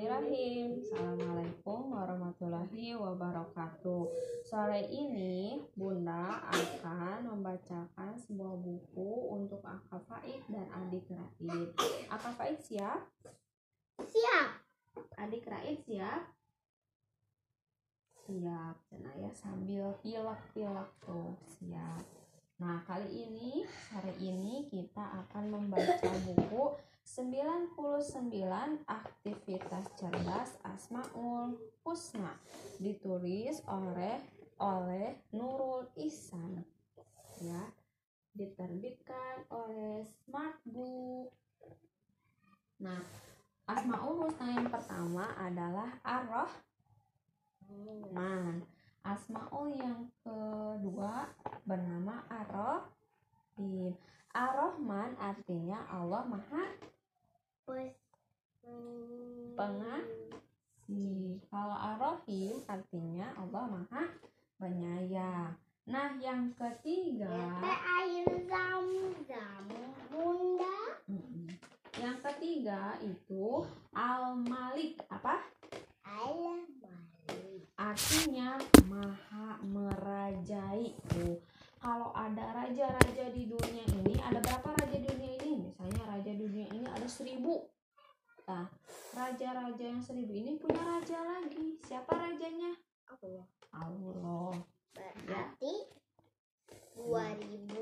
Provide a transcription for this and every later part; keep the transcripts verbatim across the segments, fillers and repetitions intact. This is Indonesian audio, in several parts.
Bismillahirrahmanirrahim. Assalamualaikum warahmatullahi wabarakatuh. Sore ini Bunda akan membacakan sebuah buku untuk Akak Faid dan Adik Raid. Akak Faid siap? Siap. Adik Raid siap? Siap. Nah ya sambil pilek-pilek tuh siap. Nah kali ini hari ini kita akan membaca buku sembilan puluh sembilan Aktivitas Cerdas Asmaul Husna, ditulis oleh oleh Nurul Ihsan, ya, diterbitkan oleh Smart Book. Nah, Asmaul Husna yang pertama adalah Ar-Rahman. Asmaul yang kedua bernama Ar-Rahim. Ar-Rahman artinya Allah Maha Pengasih. Kalau Ar-Rahim artinya Allah Maha Penyayang. Nah, yang ketiga, air zam-zam, Bunda. Yang ketiga itu Al-Malik. Apa? Al-Malik. Artinya Maha Merajai. Tuh. Kalau ada raja-raja di dunia ini, ada berapa raja di dunia ini? Misalnya raja di dunia ini ada seribu. Nah, raja-raja yang seribu ini punya raja lagi. Siapa rajanya? Allah. Allah. Berarti dua ribu.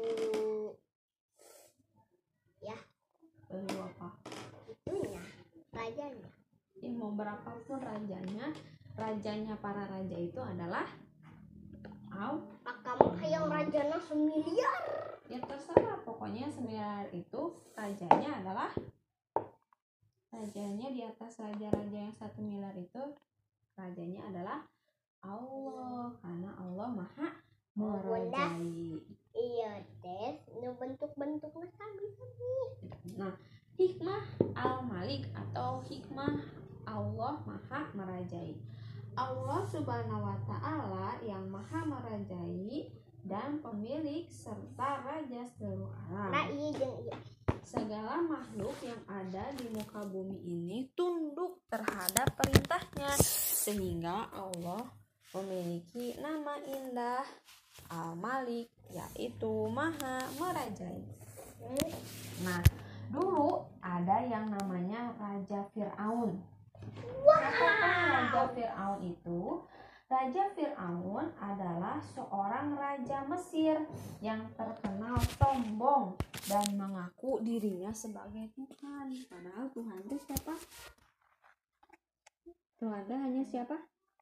Ya. Lalu apa? Itunya, rajanya. Ya, mau berapapun rajanya, rajanya para raja itu adalah Allah. Kamu yang rajanya semiliar. Ya terserah, pokoknya semiliar itu rajanya adalah rajanya di atas raja-raja yang satu miliar itu rajanya adalah Allah, karena Allah Maha Merajai. Iya, Des, nu bentuk-bentuknya sabi-sabi. Nah, hikmah Al-Malik atau hikmah Allah Maha Merajai. Allah Subhanahu wa Ta'ala yang Maha Merajai dan pemilik serta raja seluruh alam. Nah, iya jeung iya. Segala makhluk yang ada di muka bumi ini tunduk terhadap perintahnya, sehingga Allah memiliki nama indah Al-Malik, yaitu Maha Merajai. Nah, dulu ada yang namanya Raja Fir'aun. Siapakah Raja Fir'aun itu? Raja Fir'aun adalah seorang raja Mesir yang terkenal sombong dan mengaku dirinya sebagai Tuhan. Padahal Tuhan itu siapa? Tuhan itu hanya siapa?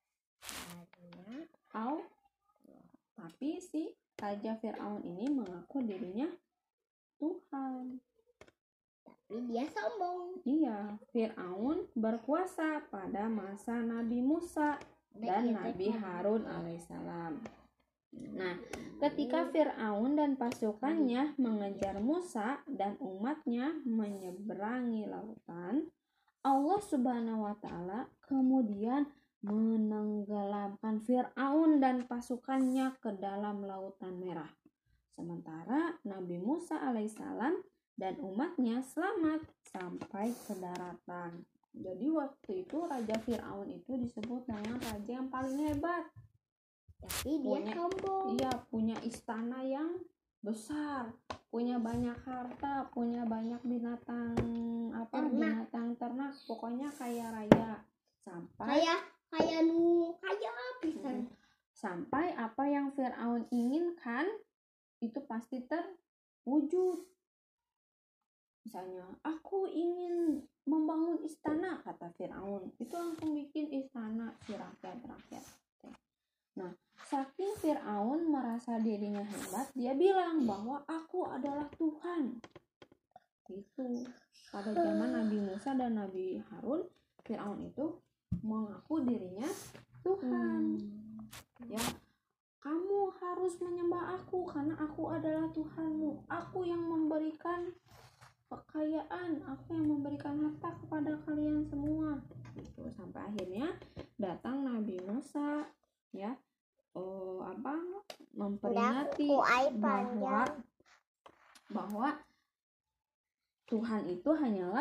Allah. Tapi si Raja Fir'aun ini mengaku dirinya Tuhan. Tapi dia sombong. Iya, Fir'aun berkuasa pada masa Nabi Musa dan Nabi Harun alaihissalam. Nah, ketika Fir'aun dan pasukannya mengejar Musa dan umatnya menyeberangi lautan, Allah Subhanahu wa Ta'ala kemudian menenggelamkan Fir'aun dan pasukannya ke dalam lautan merah. Sementara Nabi Musa alaihissalam dan umatnya selamat sampai ke daratan. Jadi waktu itu Raja Fir'aun itu disebut dengan raja yang paling hebat. Tapi dia punya, sombong. Iya, punya istana yang besar, punya banyak harta, punya banyak binatang apa? Ternak. Binatang ternak, pokoknya kaya raya. Sampai Kayak kayak nu kaya pisan. Sampai apa yang Fir'aun inginkan itu pasti terwujud. Misalnya, aku ingin membangun istana, kata Fir'aun. Itu langsung bikin istana si rakyat-rakyat. Nah, saking Fir'aun merasa dirinya hebat, dia bilang bahwa aku adalah Tuhan. Itu pada zaman Nabi Musa dan Nabi Harun, Fir'aun itu mengaku dirinya Tuhan. Ya, kamu harus menyembah aku karena aku adalah Tuhanmu. Aku yang memberikan kekayaan, aku yang memberikan harta kepada kalian semua. Gitu. Sampai akhirnya datang Nabi Musa, ya, oh, apa memperingati bahwa bahwa Tuhan itu hanyalah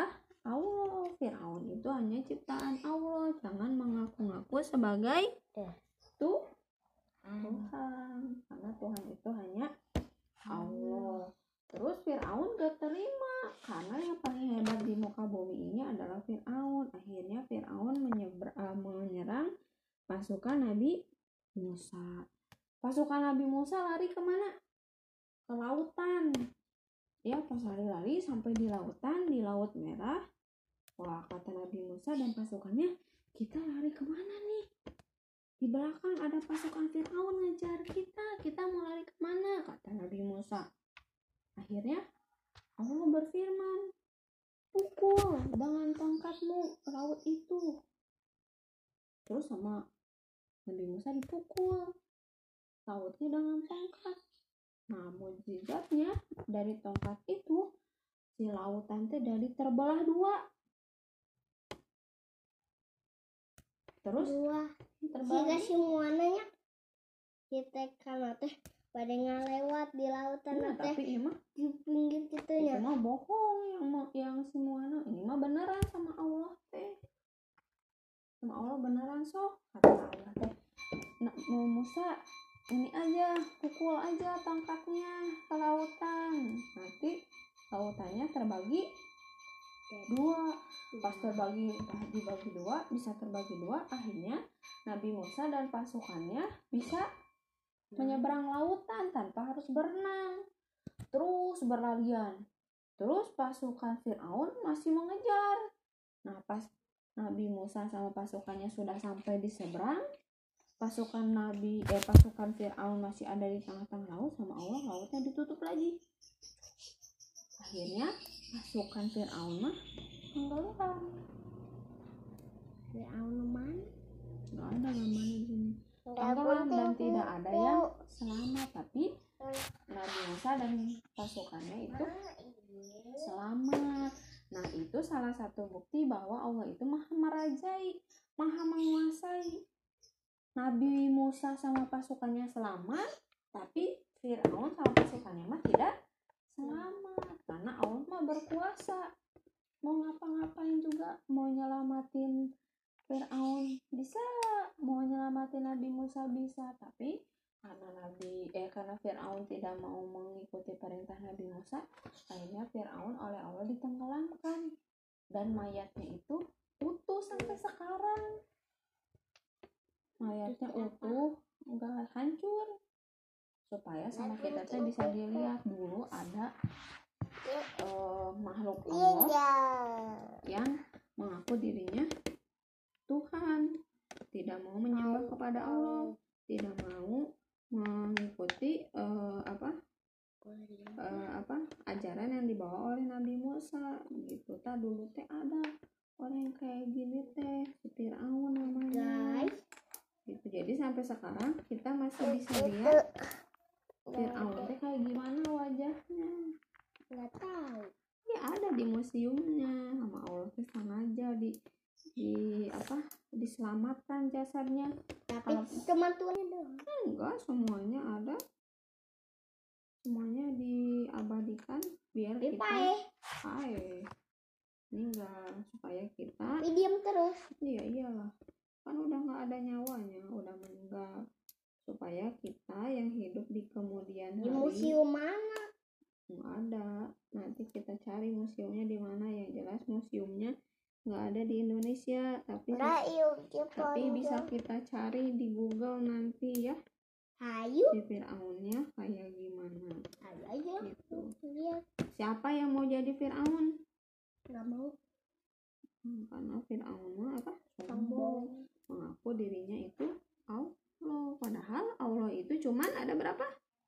Allah. Firaun itu hanya ciptaan Allah. Jangan mengaku-ngaku sebagai tuh Tuhan, karena Tuhan itu hanya Allah. Terus Firaun gak terima, karena yang paling hebat di muka bumi ini adalah Firaun. Akhirnya Firaun menyeber, uh, menyerang pasukan Nabi Musa. Pasukan Nabi Musa lari kemana? Ke lautan. Ya, pas lari-lari sampai di lautan, di Laut Merah. Wah, kata Nabi Musa dan pasukannya, kita lari kemana nih? Di belakang ada pasukan Firaun ngejar kita. Kita mau lari kemana? Kata Nabi Musa. Akhirnya Allah berfirman, pukul dengan tongkatmu laut itu. Terus sama Nabi Musa dipukul lautnya dengan tongkat. Nah, mukjizatnya dari tongkat itu, si lautan teh dari terbelah dua. Terus dua terbelah jika semuanya kita kan teh pada ngalewat di lautan nah, teh tapi ini mah di pinggir itu gitunya. mah bohong yang mau yang semuanya. Ini mah beneran sama Allah teh. Sama Allah beneran sok. Kata Allah teh, nah, Musa ini aja, pukul aja tongkatnya ke lautan. Nanti lautannya terbagi dua. Pas terbagi dibagi dua, bisa terbagi dua. Akhirnya Nabi Musa dan pasukannya bisa menyeberang lautan tanpa harus berenang. Terus berlarian. Terus pasukan Firaun masih mengejar. Nah, pas Nabi Musa sama pasukannya sudah sampai di seberang, pasukan Nabi eh pasukan Firaun masih ada di tengah-tengah laut, sama Allah lautnya ditutup lagi. Akhirnya pasukan Firaun mah tenggelam. Firaun mana? Nggak ada gambarnya di sini. Tenggelam dan tidak ada yang selamat, tapi Nabi Musa dan pasukannya itu selamat. Nah, itu salah satu bukti bahwa Allah itu maha merajai, maha menguasai. Nabi Musa sama pasukannya selamat, tapi Firaun sama pasukannya mah tidak selamat, karena Allah mah berkuasa. Mau ngapa-ngapain juga, mau nyelamatin Firaun bisa, mau nyelamatin Nabi Musa bisa, tapi karena Nabi eh karena Firaun tidak mau mengikuti perintah Nabi Musa, akhirnya Firaun oleh Allah ditenggelamkan dan mayatnya itu utuh sampai sekarang. Mayatnya utuh, enggak hancur. Supaya sama kita teh bisa dilihat, dulu ada uh, makhluk Allah yang mengaku dirinya Tuhan, tidak mau menyembah kepada Allah, tidak mau mengikuti uh, apa uh, apa ajaran yang dibawa oleh Nabi Musa gitu. Tak dulu teh ada orang yang kayak gini teh, Firaun namanya. Gitu. Jadi sampai sekarang kita masih bisa lihat Firaun teh kayak gimana wajahnya. Nggak tahu. Ya ada di museumnya, sama Allah teh sengaja di di apa diselamatkan jasadnya. Tapi Kalau cuma tuanya doang. enggak, semuanya ada, semuanya diabadikan biar kita pae meninggal, supaya kita tapi diam terus. iya iyalah, kan udah nggak ada nyawanya, udah meninggal, supaya kita yang hidup di kemudian hari. Di museum mana? Nggak ada, nanti kita cari museumnya di mana. Yang jelas museumnya nggak ada di Indonesia, tapi Nah, tapi bisa kita cari di Google nanti ya. Ayo. Si Firaunnya kayak gimana? Ayo aja. Gitu. Lihat. Siapa yang mau jadi Firaun? Nggak mau. Hmm, karena Firaun mah apa? Sombong. Mengaku dirinya itu Allah. Padahal Allah itu cuman ada berapa?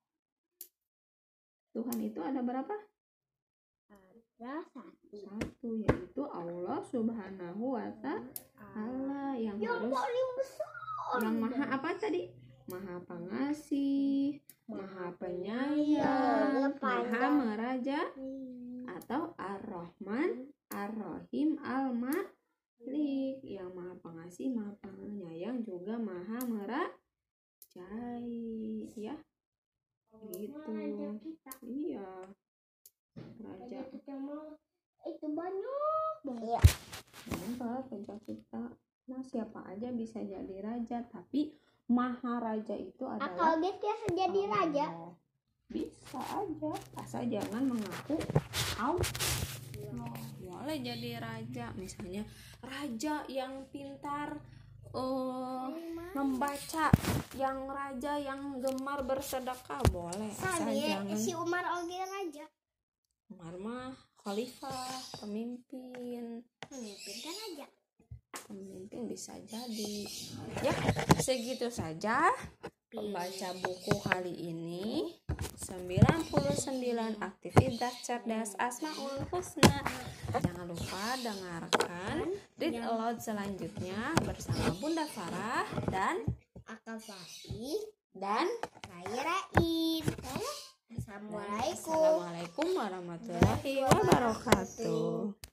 Tuhan itu ada berapa? Ada satu. Satu, yaitu Allah Subhanahu wa Ta'ala yang Yang harus paling besar. yang maha apa tadi? Maha pengasih, maha penyayang, maha meraja, atau Ar-Rahman, Ar-Rahim, Al-Malik, yang maha pengasih, maha penyayang, juga maha merajai, ya gitu. Iya, raja. itu banyak banget. Banyak pencipta. Nah, siapa aja bisa jadi raja, tapi maharaja itu adalah Akal gitu ya jadi Allah. raja. Bisa aja, asal jangan mengaku Allah. Boleh jadi raja, misalnya raja yang pintar uh, membaca, yang raja yang gemar bersedekah, boleh. Asal Saya jangan si Umar oge raja. Umar mah khalifah, pemimpin. Pemimpin kan raja. Pemimpin bisa jadi. Ya, segitu saja pembaca buku kali ini. sembilan puluh sembilan aktivitas cerdas Asmaul Husna. Jangan lupa dengarkan Read Aloud selanjutnya bersama Bunda Farah dan Akal Fatih dan saya Rain. Assalamualaikum. Assalamualaikum warahmatullahi wabarakatuh.